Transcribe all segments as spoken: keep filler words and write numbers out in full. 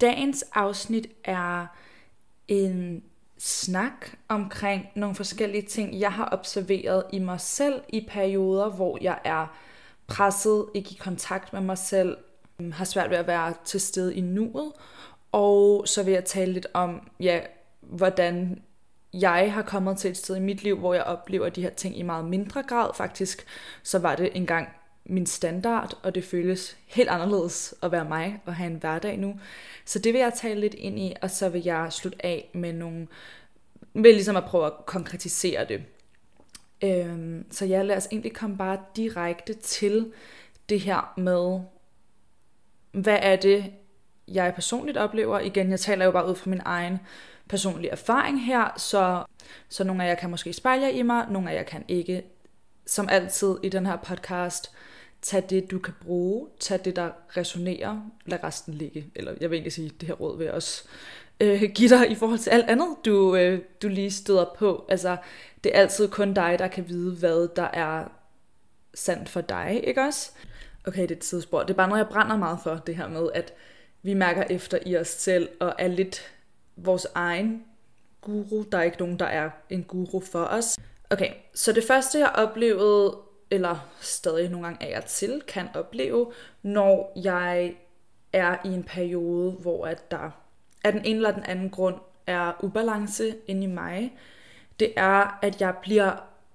Dagens afsnit er en snak omkring nogle forskellige ting, jeg har observeret i mig selv i perioder, hvor jeg er presset, ikke i kontakt med mig selv, har svært ved at være til stede i nuet. Og så vil jeg tale lidt om, ja, hvordan jeg har kommet til et sted i mit liv, hvor jeg oplever de her ting i meget mindre grad. Faktisk så var det engang min standard, og det føles helt anderledes at være mig og have en hverdag nu. Så det vil jeg tale lidt ind i, og så vil jeg slutte af med nogle, vil ligesom at prøve at konkretisere det. Øhm, så ja, lad os egentlig komme bare direkte til det her med, hvad er det, jeg personligt oplever. Igen, jeg taler jo bare ud fra min egen personlige erfaring her, så, så nogle af jer kan måske spejle jer i mig, nogle af jer kan ikke. Som altid i den her podcast, tag det, du kan bruge, tag det, der resonerer, lad resten ligge. Eller jeg vil egentlig sige, det her råd vil jeg også øh, give dig i forhold til alt andet, du, øh, du lige støder på. Altså, det er altid kun dig, der kan vide, hvad der er sandt for dig, ikke også? Okay, det er et sidespor. Det er bare noget, jeg brænder meget for, det her med, at vi mærker efter i os selv, og er lidt vores egen guru. Der er ikke nogen, der er en guru for os. Okay, så det første, jeg oplevede, eller stadig nogle gange af og til kan opleve, når jeg er i en periode, hvor at der af den ene eller den anden grund er ubalance inde i mig, det er, at jeg bliver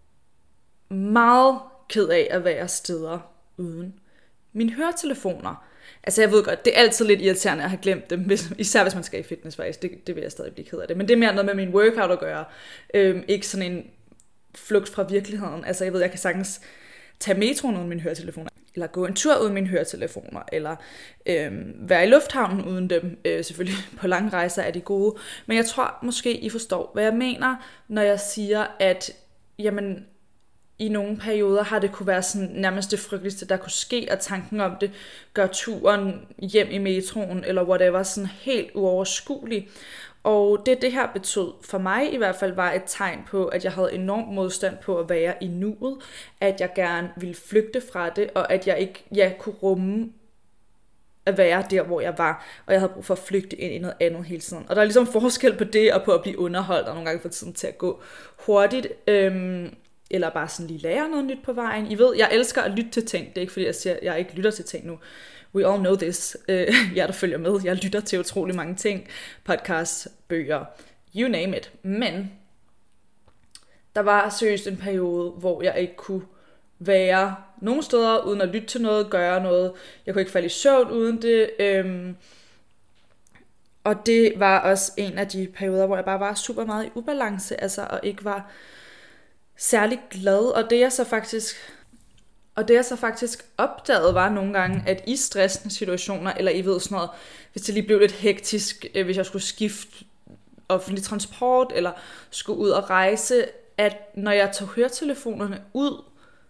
meget ked af at være steder uden mine høretelefoner. Altså jeg ved godt, det er altid lidt irriterende at have glemt dem, hvis, især hvis man skal i fitness faktisk, det, det vil jeg stadig blive ked af det. Men det er mere noget med min workout at gøre, øhm, ikke sådan en flugt fra virkeligheden. Altså jeg ved, jeg kan sagtens tage metroen uden mine høretelefoner, eller gå en tur uden mine høretelefoner, eller øhm, være i lufthavnen uden dem. Øh, selvfølgelig på lange rejser er de gode, men jeg tror måske, I forstår, hvad jeg mener, når jeg siger, at jamen, i nogle perioder har det kunne være sådan nærmest det frygteligste, der kunne ske, og tanken om det gør turen hjem i metroen, eller whatever, sådan helt uoverskuelig. Og det det her betød for mig i hvert fald var et tegn på, at jeg havde enorm modstand på at være i nuet, at jeg gerne ville flygte fra det, og at jeg ikke ja, kunne rumme at være der, hvor jeg var, og jeg havde brug for at flygte ind i noget andet hele tiden. Og der er ligesom forskel på det, og på at blive underholdt, og nogle gange få tiden til at gå hurtigt, øhm, eller bare sådan lige lære noget nyt på vejen. I ved, jeg elsker at lytte til ting, det er ikke fordi, jeg siger, at jeg ikke lytter til ting nu. We all know this. Uh, jeg der følger med. Jeg lytter til utrolig mange ting. Podcasts, bøger, you name it. Men der var seriøst en periode, hvor jeg ikke kunne være nogen steder uden at lytte til noget, gøre noget. Jeg kunne ikke falde i søvn uden det. Um, og det var også en af de perioder, hvor jeg bare var super meget i ubalance, altså og ikke var særlig glad. Og det jeg så faktisk... Og det jeg så faktisk opdagede var nogle gange, at i stressende situationer, eller I ved sådan noget, hvis det lige blev lidt hektisk, hvis jeg skulle skifte offentlig transport, eller skulle ud og rejse, at når jeg tog høretelefonerne ud,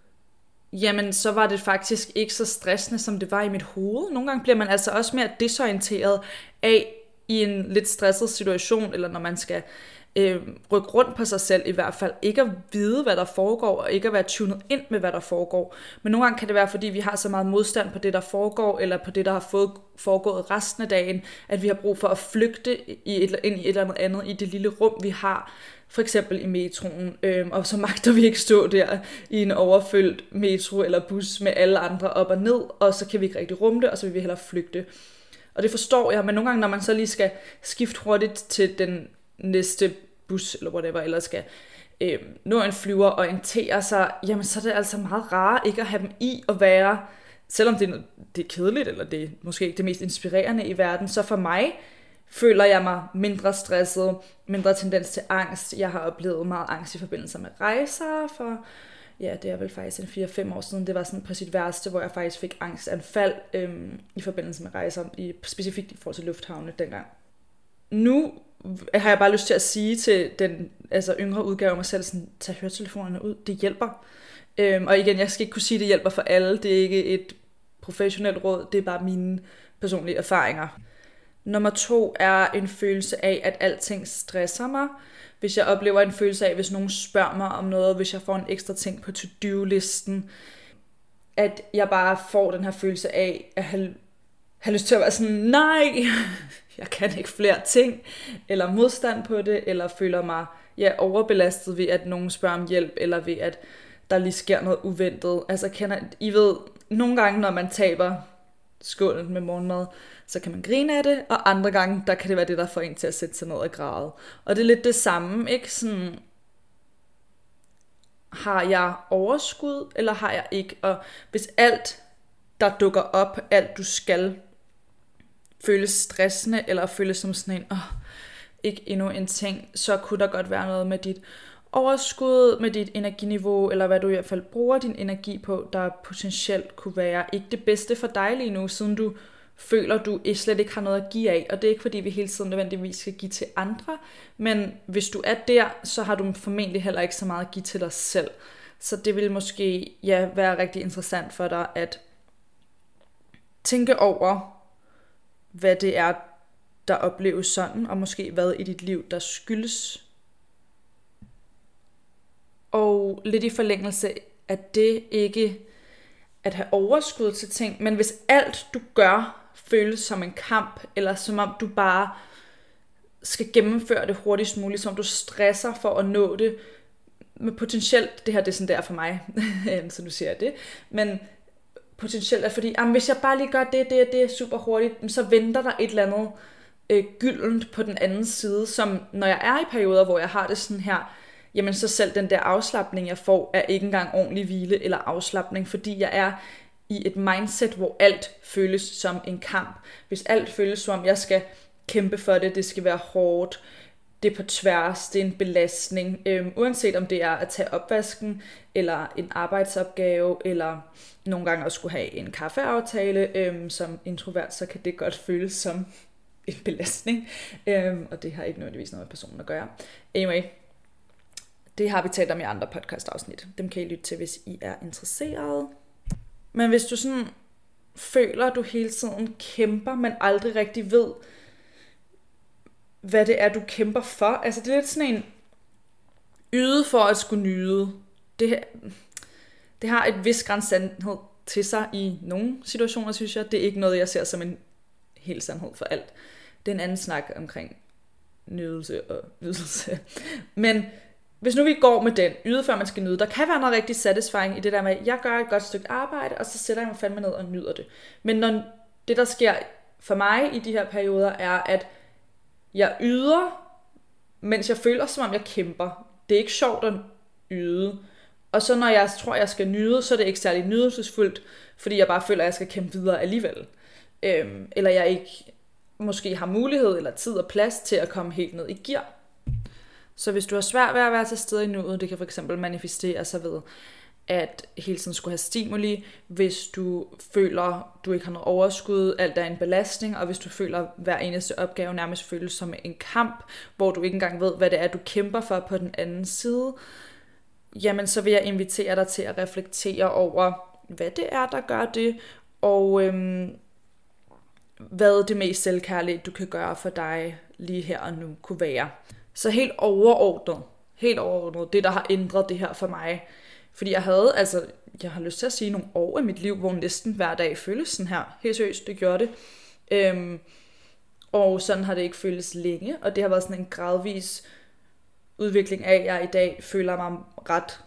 jamen så var det faktisk ikke så stressende, som det var i mit hoved. Nogle gange bliver man altså også mere desorienteret af i en lidt stresset situation, eller når man skal øh, rykke rundt på sig selv i hvert fald. Ikke at vide, hvad der foregår, og ikke at være tunet ind med, hvad der foregår. Men nogle gange kan det være, fordi vi har så meget modstand på det, der foregår, eller på det, der har fået, foregået resten af dagen, at vi har brug for at flygte i et, ind i et eller andet andet i det lille rum, vi har. For eksempel i metroen, øhm, og så magter vi ikke stå der i en overfyldt metro eller bus med alle andre op og ned, og så kan vi ikke rigtig rumme det, og så vil vi hellere flygte. Og det forstår jeg, men nogle gange, når man så lige skal skifte hurtigt til den næste bus, eller whatever, eller skal øh, nå en flyver og orientere sig, jamen så er det altså meget rart ikke at have dem i at være, selvom det er, det er kedeligt, eller det er måske ikke det mest inspirerende i verden, så for mig føler jeg mig mindre stresset, mindre tendens til angst. Jeg har oplevet meget angst i forbindelse med rejser, for ja, det er vel faktisk en fire fem år siden, det var sådan på sit værste, hvor jeg faktisk fik angstanfald øhm, i forbindelse med rejser, i, specifikt i forhold til lufthavne dengang. Nu har jeg bare lyst til at sige til den altså yngre udgave af mig selv, sådan, tag høretelefonerne ud, det hjælper. Øhm, og igen, jeg skal ikke kunne sige, at det hjælper for alle, det er ikke et professionelt råd, det er bare mine personlige erfaringer. Nummer to er en følelse af, at alting stresser mig. Hvis jeg oplever en følelse af, hvis nogen spørger mig om noget, hvis jeg får en ekstra ting på to-do-listen, at jeg bare får den her følelse af at have, have lyst til at være sådan, nej, jeg kan ikke flere ting, eller modstand på det, eller føler mig ja, overbelastet ved, at nogen spørger om hjælp, eller ved, at der lige sker noget uventet. Altså, kender, I ved, nogle gange, når man taber skålen med morgenmad, så kan man grine af det, og andre gange, der kan det være det, der får en til at sætte sig ned og græde. Og det er lidt det samme, ikke? Sådan, har jeg overskud, eller har jeg ikke? Og hvis alt, der dukker op, alt du skal, føles stressende, eller føles som sådan en, åh, ikke endnu en ting, så kunne der godt være noget med dit overskud, med dit energiniveau, eller hvad du i hvert fald bruger din energi på, der potentielt kunne være ikke det bedste for dig lige nu, siden du føler, du slet ikke har noget at give af. Og det er ikke fordi, vi hele tiden nødvendigvis skal give til andre, men hvis du er der, så har du formentlig heller ikke så meget at give til dig selv. Så det vil måske ja, være rigtig interessant for dig at tænke over, hvad det er, der opleves sådan, og måske hvad i dit liv, der skyldes. Og lidt i forlængelse af det ikke at have overskud til ting, men hvis alt du gør føles som en kamp, eller som om du bare skal gennemføre det hurtigst muligt, som du stresser for at nå det, med potentielt, det her det er sådan der for mig, så nu siger jeg det, men potentielt er fordi, jamen, hvis jeg bare lige gør det, det det er super hurtigt, så venter der et eller andet øh, gyldent på den anden side, som når jeg er i perioder, hvor jeg har det sådan her, jamen så selv den der afslapning, jeg får, er ikke engang ordentlig hvile eller afslapning, fordi jeg er i et mindset, hvor alt føles som en kamp. Hvis alt føles som om, jeg skal kæmpe for det, det skal være hårdt, det er på tværs, det er en belastning, øhm, uanset om det er at tage opvasken, eller en arbejdsopgave, eller nogle gange at skulle have en kaffeaftale, øhm, som introvert, så kan det godt føles som en belastning, øhm, og det har ikke nødvendigvis noget med personen at gøre. Anyway, det har vi talt om i andre podcast-afsnit. Dem kan I lytte til, hvis I er interesserede. Men hvis du sådan føler, at du hele tiden kæmper, men aldrig rigtig ved, hvad det er, du kæmper for. Altså det er lidt sådan en yde for at skulle nyde. Det, det har et vis græns sandhed til sig i nogle situationer, synes jeg. Det er ikke noget, jeg ser som en hel sandhed for alt. Det er en anden snak omkring nydelse og ydelse. Men hvis nu vi går med den, yde før man skal nyde, der kan være noget rigtig satisfying i det der med, at jeg gør et godt stykke arbejde, og så sætter jeg mig fandme ned og nyder det. Men når det, der sker for mig i de her perioder, er, at jeg yder, mens jeg føler, som om jeg kæmper. Det er ikke sjovt at yde. Og så når jeg tror, jeg skal nyde, så er det ikke særlig nydelsesfuldt, fordi jeg bare føler, at jeg skal kæmpe videre alligevel. Øhm, eller jeg ikke måske har mulighed eller tid og plads til at komme helt ned i gear. Så hvis du har svært ved at være til stede i nuet, det kan for eksempel manifestere sig ved, at hele tiden skulle have stimuli, hvis du føler, du ikke har noget overskud, alt er en belastning, og hvis du føler, hver eneste opgave nærmest føles som en kamp, hvor du ikke engang ved, hvad det er, du kæmper for på den anden side, jamen så vil jeg invitere dig til at reflektere over, hvad det er, der gør det, og øhm, hvad det mest selvkærlige, du kan gøre for dig lige her og nu kunne være. Så helt overordnet, helt overordnet, det der har ændret det her for mig, fordi jeg havde, altså, jeg har lyst til at sige nogle år i mit liv, hvor næsten hver dag føles sådan her. Helt seriøst, det gjorde det. Øhm, og sådan har det ikke føles længe, og det har været sådan en gradvis udvikling af, at jeg i dag føler mig ret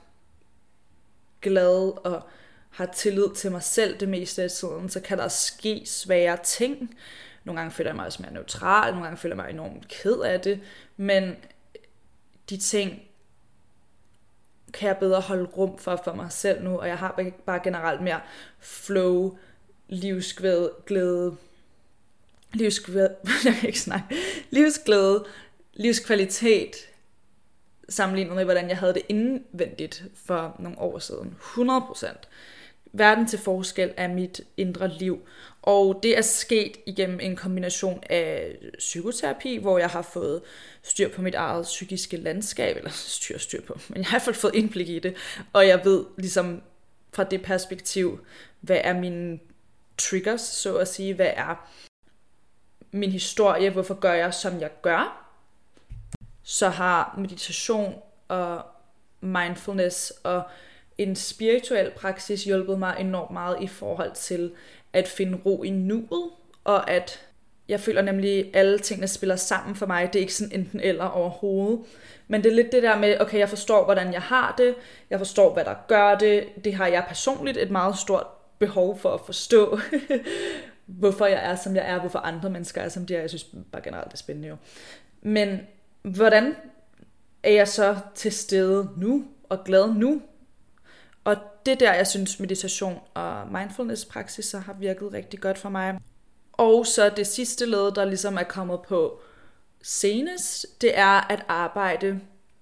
glad og har tillid til mig selv det meste af tiden. Så kan der ske svære ting. Nogle gange føler jeg mig også mere neutral, nogle gange føler jeg mig enormt ked af det, men de ting kan jeg bedre holde rum for for mig selv nu, og jeg har bare generelt mere flow, livsglæde, glæde, livsglæde, jeg kan ikke snakke, livsglæde, livskvalitet, sammenlignet med, hvordan jeg havde det indvendigt for nogle år siden. hundrede procent. Verden til forskel af mit indre liv. Og det er sket igennem en kombination af psykoterapi, hvor jeg har fået styr på mit eget psykiske landskab, eller styr styr på, men jeg har i hvert fald fået indblik i det, og jeg ved ligesom fra det perspektiv, hvad er mine triggers, så at sige, hvad er min historie, hvorfor gør jeg, som jeg gør. Så har meditation og mindfulness og en spirituel praksis hjulpet mig enormt meget i forhold til at finde ro i nuet, og at Jeg føler nemlig, at alle tingene spiller sammen for mig. Det er ikke sådan enten eller overhovedet. Men det er lidt det der med, okay, jeg forstår, hvordan jeg har det. Jeg forstår, hvad der gør det. Det har jeg personligt et meget stort behov for at forstå. Hvorfor jeg er, som jeg er. Hvorfor andre mennesker er, som de er. Jeg synes bare generelt, det er spændende jo. Men hvordan er jeg så til stede nu og glad nu? Og det der, jeg synes, meditation og mindfulness-praksiser har virket rigtig godt for mig. Og så det sidste led, der ligesom er kommet på senest, det er at arbejde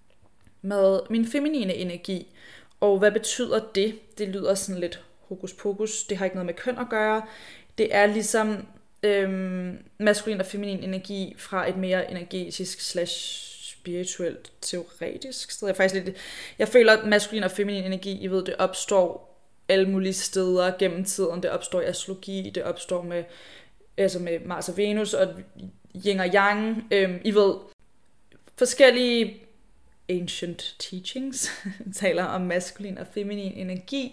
med min feminine energi. Og hvad betyder det? Det lyder sådan lidt hokus pokus. Det har ikke noget med køn at gøre. Det er ligesom øhm, maskulin og feminin energi fra et mere energetisk slash spirituelt teoretisk sted. Jeg, faktisk lidt, jeg føler, at maskulin og feminin energi, I ved, det opstår alle mulige steder gennem tiden. Det opstår i astrologi, det opstår med, altså med Mars og Venus og yin og yang. Øhm, I ved, forskellige ancient teachings taler om maskulin og feminin energi.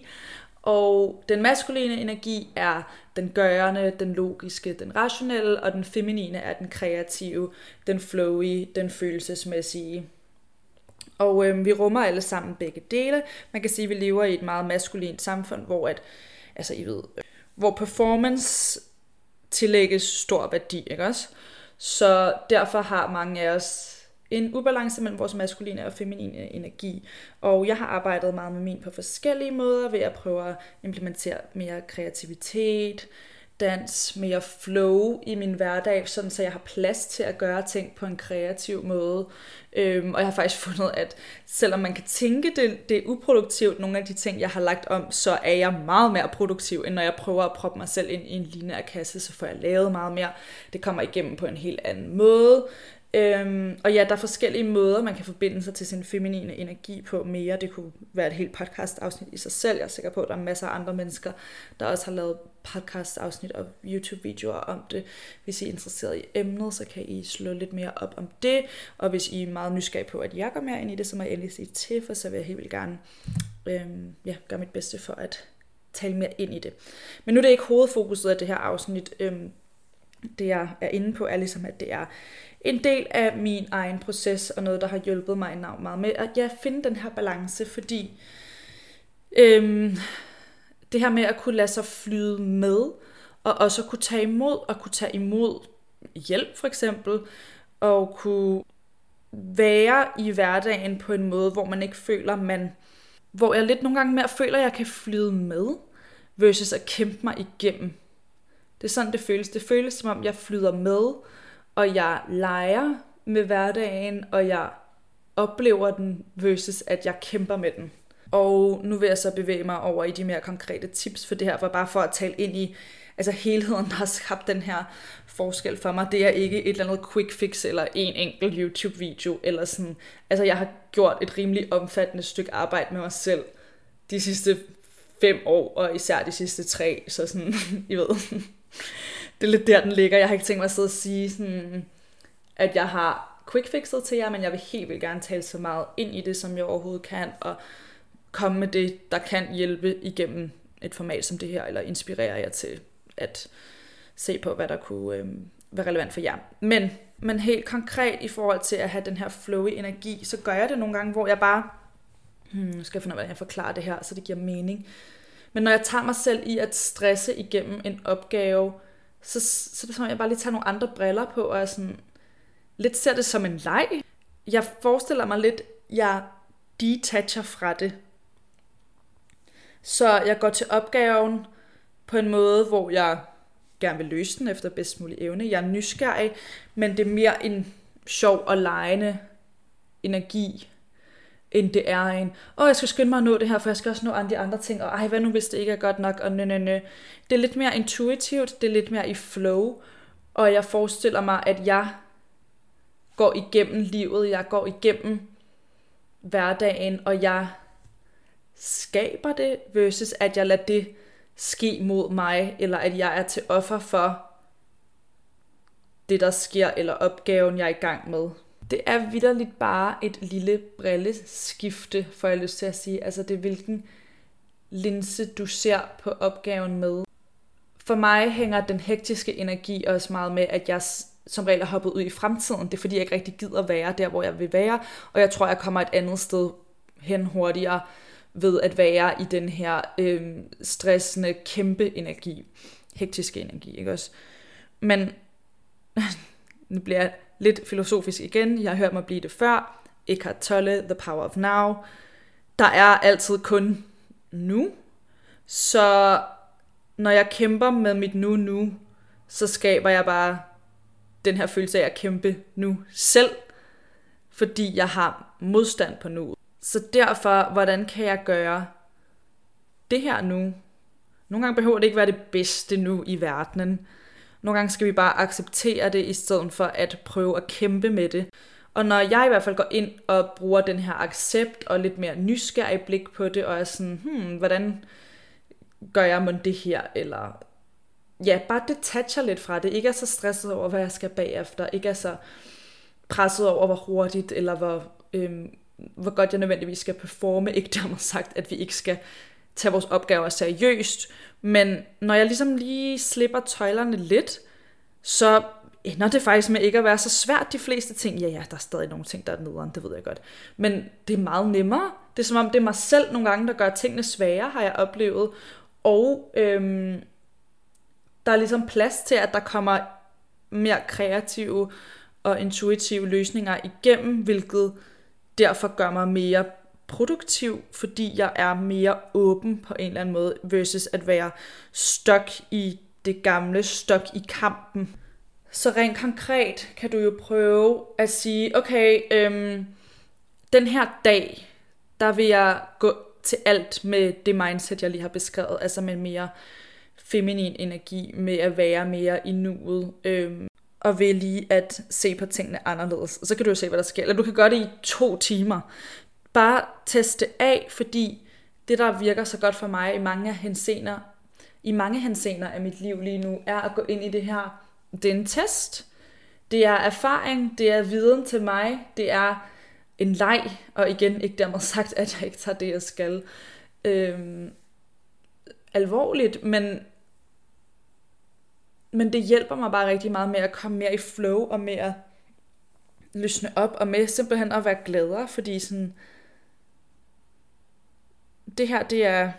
Og den maskuline energi er den gørende, den logiske, den rationelle, og den feminine er den kreative, den flowy, den følelsesmæssige. Og øh, vi rummer alle sammen begge dele. Man kan sige, at vi lever i et meget maskulint samfund, hvor at, altså I ved, hvor performance tillægges stor værdi, ikke også? Så derfor har mange af os en ubalance mellem vores maskuline og feminine energi. Og jeg har arbejdet meget med min på forskellige måder, ved at prøve at implementere mere kreativitet, dans, mere flow i min hverdag, sådan så jeg har plads til at gøre ting på en kreativ måde. Øhm, og jeg har faktisk fundet, at selvom man kan tænke, det, det er uproduktivt, nogle af de ting, jeg har lagt om, så er jeg meget mere produktiv, end når jeg prøver at proppe mig selv ind i en lineær kasse, så får jeg lavet meget mere. Det kommer igennem på en helt anden måde. Øhm, og ja, der er forskellige måder, man kan forbinde sig til sin feminine energi på mere. Det kunne være et helt podcast-afsnit i sig selv. Jeg er sikker på, at der er masser af andre mennesker, der også har lavet podcast-afsnit og YouTube-videoer om det. Hvis I er interesseret i emnet, så kan I slå lidt mere op om det. Og hvis I er meget nysgerrige på, at jeg går mere ind i det, så må jeg endelig sige til, for så vil jeg helt vildt gerne øhm, ja, gøre mit bedste for at tale mere ind i det. Men nu er det ikke hovedfokuset af det her afsnit. Øhm, det jeg er inde på er ligesom, at det er en del af min egen proces, og noget, der har hjulpet mig enormt meget med at ja, finde den her balance, fordi øhm, det her med at kunne lade sig flyde med, og også kunne tage imod, og kunne tage imod hjælp for eksempel, og kunne være i hverdagen på en måde, hvor man ikke føler, man, hvor jeg lidt nogle gange mere føler, at jeg kan flyde med, versus at kæmpe mig igennem. Det er sådan, det føles. Det føles, som om jeg flyder med, og jeg leger med hverdagen, og jeg oplever den, versus at jeg kæmper med den. Og nu vil jeg så bevæge mig over i de mere konkrete tips, for det her var bare for at tale ind i altså helheden, der har skabt den her forskel for mig. Det er ikke et eller andet quick fix, eller en enkelt YouTube-video, eller sådan. Altså jeg har gjort et rimelig omfattende stykke arbejde med mig selv de sidste fem år, og især de sidste tre, så sådan, I ved, det er lidt der, den ligger. Jeg har ikke tænkt mig at sidde og sige, sådan, at jeg har quick fixet til jer, men jeg vil helt vildt gerne tale så meget ind i det, som jeg overhovedet kan, og komme med det, der kan hjælpe igennem et format som det her, eller inspirere jer til at se på, hvad der kunne øh, være relevant for jer. Men, men helt konkret i forhold til at have den her flowy energi, så gør jeg det nogle gange, hvor jeg bare, hmm, skal jeg finde ud af, hvordan jeg forklarer det her, så det giver mening. Men når jeg tager mig selv i at stresse igennem en opgave, så, så er det som om, jeg bare lige tager nogle andre briller på, og jeg sådan, lidt ser det som en leg. Jeg forestiller mig lidt, jeg detacher fra det. Så jeg går til opgaven på en måde, hvor jeg gerne vil løse den efter bedst mulig evne. Jeg er nysgerrig, men det er mere en sjov og legende energi, end det er en, åh, oh, jeg skal skynde mig at nå det her, for jeg skal også nå andre, de andre ting, og ej, hvad nu hvis det ikke er godt nok, og nø, nø, nø. Det er lidt mere intuitivt, det er lidt mere i flow, og jeg forestiller mig, at jeg går igennem livet, jeg går igennem hverdagen, og jeg skaber det, versus at jeg lader det ske mod mig, eller at jeg er til offer for det, der sker, eller opgaven, jeg er i gang med. Det er vitterligt bare et lille brilleskifte, får jeg lyst til at sige. Altså det er hvilken linse du ser på opgaven med. For mig hænger den hektiske energi også meget med, at jeg som regel er hoppet ud i fremtiden. Det er fordi, jeg ikke rigtig gider være der, hvor jeg vil være. Og jeg tror, jeg kommer et andet sted hen hurtigere ved at være i den her øh, stressende, kæmpe energi. Hektiske energi, ikke også? Men nu bliver jeg lidt filosofisk igen. Jeg har hørt mig blive det før. Eckhart Tolle, The Power of Now. Der er altid kun nu. Så når jeg kæmper med mit nu-nu, så skaber jeg bare den her følelse af at kæmpe nu selv, fordi jeg har modstand på nu. Så derfor, hvordan kan jeg gøre det her nu? Nogle gange behøver det ikke være det bedste nu i verdenen. Nogle gange skal vi bare acceptere det, i stedet for at prøve at kæmpe med det. Og når jeg i hvert fald går ind og bruger den her accept og lidt mere nysgerrig blik på det, og er sådan, hmm, hvordan gør jeg mon det her? Eller ja, bare detacher lidt fra det. Ikke er så stresset over, hvad jeg skal bagefter. Ikke er så presset over, hvor hurtigt, eller hvor, øhm, hvor godt jeg nødvendigvis skal performe. Ikke dermed sagt, at vi ikke skal tage vores opgaver seriøst. Men når jeg ligesom lige slipper tøjlerne lidt, så ender det faktisk med ikke at være så svært de fleste ting. Ja, ja, der er stadig nogle ting, der er nederen, det ved jeg godt. Men det er meget nemmere. Det er som om, det er mig selv nogle gange, der gør tingene svære, har jeg oplevet. Og øhm, der er ligesom plads til, at der kommer mere kreative og intuitive løsninger igennem, hvilket derfor gør mig mere produktiv, fordi jeg er mere åben på en eller anden måde, versus at være stok i det gamle, stok i kampen. Så rent konkret kan du jo prøve at sige, okay, øhm, den her dag, der vil jeg gå til alt med det mindset, jeg lige har beskrevet, altså med mere feminin energi, med at være mere i nuet, øhm, og ved lige at se på tingene anderledes. Og så kan du jo se, hvad der sker. Eller du kan gøre det i to timer. Bare teste af, fordi det, der virker så godt for mig i mange henseender, i mange henseender af mit liv lige nu, er at gå ind i det her. Det er en test. Det er erfaring. Det er viden til mig. Det er en leg. Og igen, ikke dermed sagt, at jeg ikke tager det, jeg skal øhm, alvorligt, men Men det hjælper mig bare rigtig meget med at komme mere i flow, og med at løsne op, og med simpelthen at være gladere, fordi sådan, det her, det er,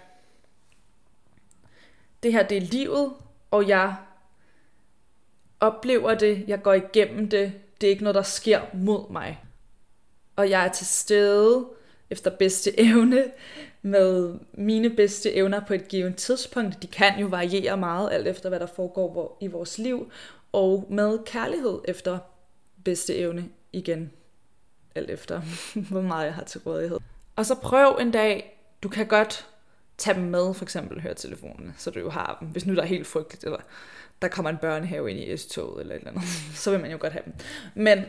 det her, det er livet, og jeg oplever det, jeg går igennem det, det er ikke noget, der sker mod mig. Og jeg er til stede efter bedste evne, med mine bedste evner på et givet tidspunkt. De kan jo variere meget, alt efter hvad der foregår i vores liv, og med kærlighed efter bedste evne igen, alt efter hvor meget jeg har til rådighed. Og så prøv en dag, du kan godt tage dem med, for eksempel høretelefonerne, så du jo har dem, hvis nu der er helt frygteligt, eller der kommer en børnehave ind i S-toget, eller et eller andet, så vil man jo godt have dem. Men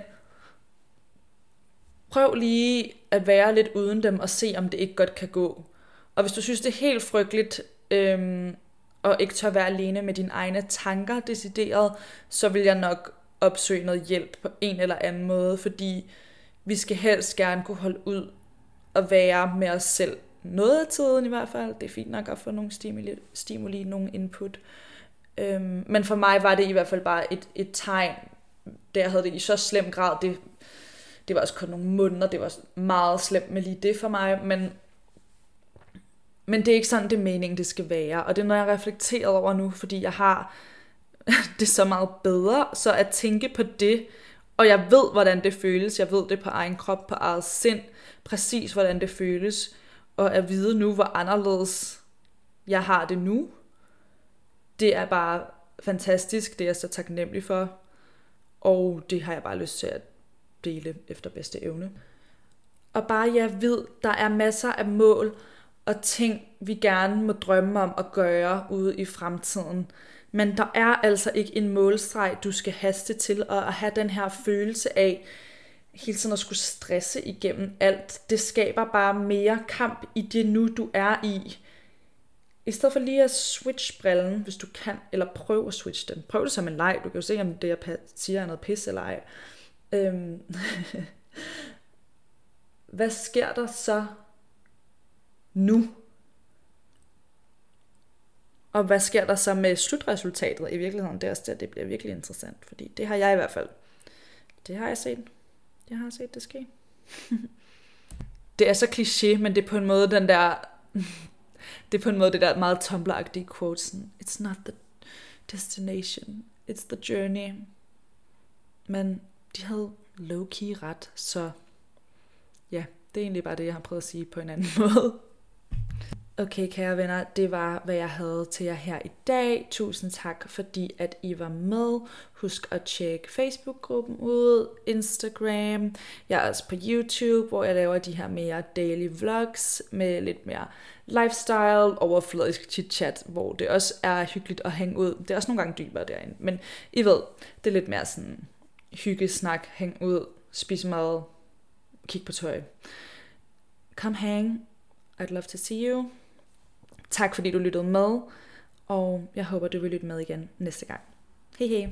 prøv lige at være lidt uden dem, og se om det ikke godt kan gå. Og hvis du synes, det er helt frygteligt, øhm, og ikke tør være alene med dine egne tanker decideret, så vil jeg nok opsøge noget hjælp på en eller anden måde, fordi vi skal helst gerne kunne holde ud og være med os selv. Noget af tiden i hvert fald. Det er fint nok at få nogle stimuli, stimuli nogle input. Øhm, men for mig var det i hvert fald bare et, et tegn, da jeg havde det i så slem grad. Det, det var også kun nogle måneder, det var meget slemt med lige det for mig, men Men det er ikke sådan, det er meningen, det skal være. Og det er noget, jeg har reflekteret over nu, fordi jeg har det så meget bedre. Så at tænke på det, og jeg ved, hvordan det føles. Jeg ved det på egen krop, på eget sind. Præcis, hvordan det føles. Og at vide nu, hvor anderledes jeg har det nu. Det er bare fantastisk. Det er jeg så taknemmelig for. Og det har jeg bare lyst til at dele efter bedste evne. Og bare jeg ved, der er masser af mål og ting, vi gerne må drømme om at gøre ude i fremtiden. Men der er altså ikke en målstreg, du skal haste til, og at have den her følelse af hele tiden at skulle stresse igennem alt. Det skaber bare mere kamp i det nu, du er i. I stedet for lige at switch brillen, hvis du kan, eller prøv at switch den. Prøv det som en leg. Du kan jo se, om det jeg siger er noget pis eller ej. Øhm. Hvad sker der så nu? Og hvad sker der så med slutresultatet i virkeligheden? Det er også der, det bliver virkelig interessant, fordi det har jeg i hvert fald, det har jeg set, jeg har set det ske. Det er så kliché, men det er på en måde den der, det er på en måde det der meget Tumblr-agtige quote, sådan, it's not the destination, it's the journey. Men de havde low-key ret, så ja, det er egentlig bare det, jeg har prøvet at sige på en anden måde. Okay, kære venner, det var, hvad jeg havde til jer her i dag. Tusind tak, fordi at I var med. Husk at tjekke Facebook-gruppen ud, Instagram. Jeg er også på YouTube, hvor jeg laver de her mere daily vlogs med lidt mere lifestyle, overfladisk chit-chat, hvor det også er hyggeligt at hænge ud. Det er også nogle gange dybere derinde, men I ved, det er lidt mere sådan hyggesnak, hæng ud, spise mad, kig på tøj. Come hang. I'd love to see you. Tak fordi du lyttede med, og jeg håber du vil lytte med igen næste gang. Hej hej.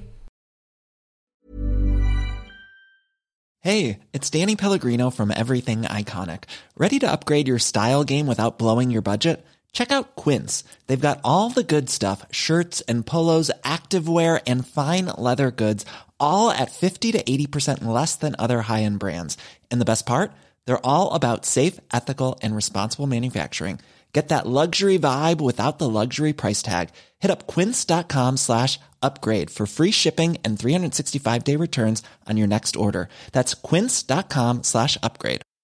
Hey, it's Danny Pellegrino from Everything Iconic. Ready to upgrade your style game without blowing your budget? Check out Quince. They've got all the good stuff, shirts and polos, activewear, and fine leather goods, all at fifty to eighty percent less than other high-end brands. And the best part? They're all about safe, ethical, and responsible manufacturing. Get that luxury vibe without the luxury price tag. Hit up quince.com slash upgrade for free shipping and three sixty-five day returns on your next order. That's quince.com slash upgrade.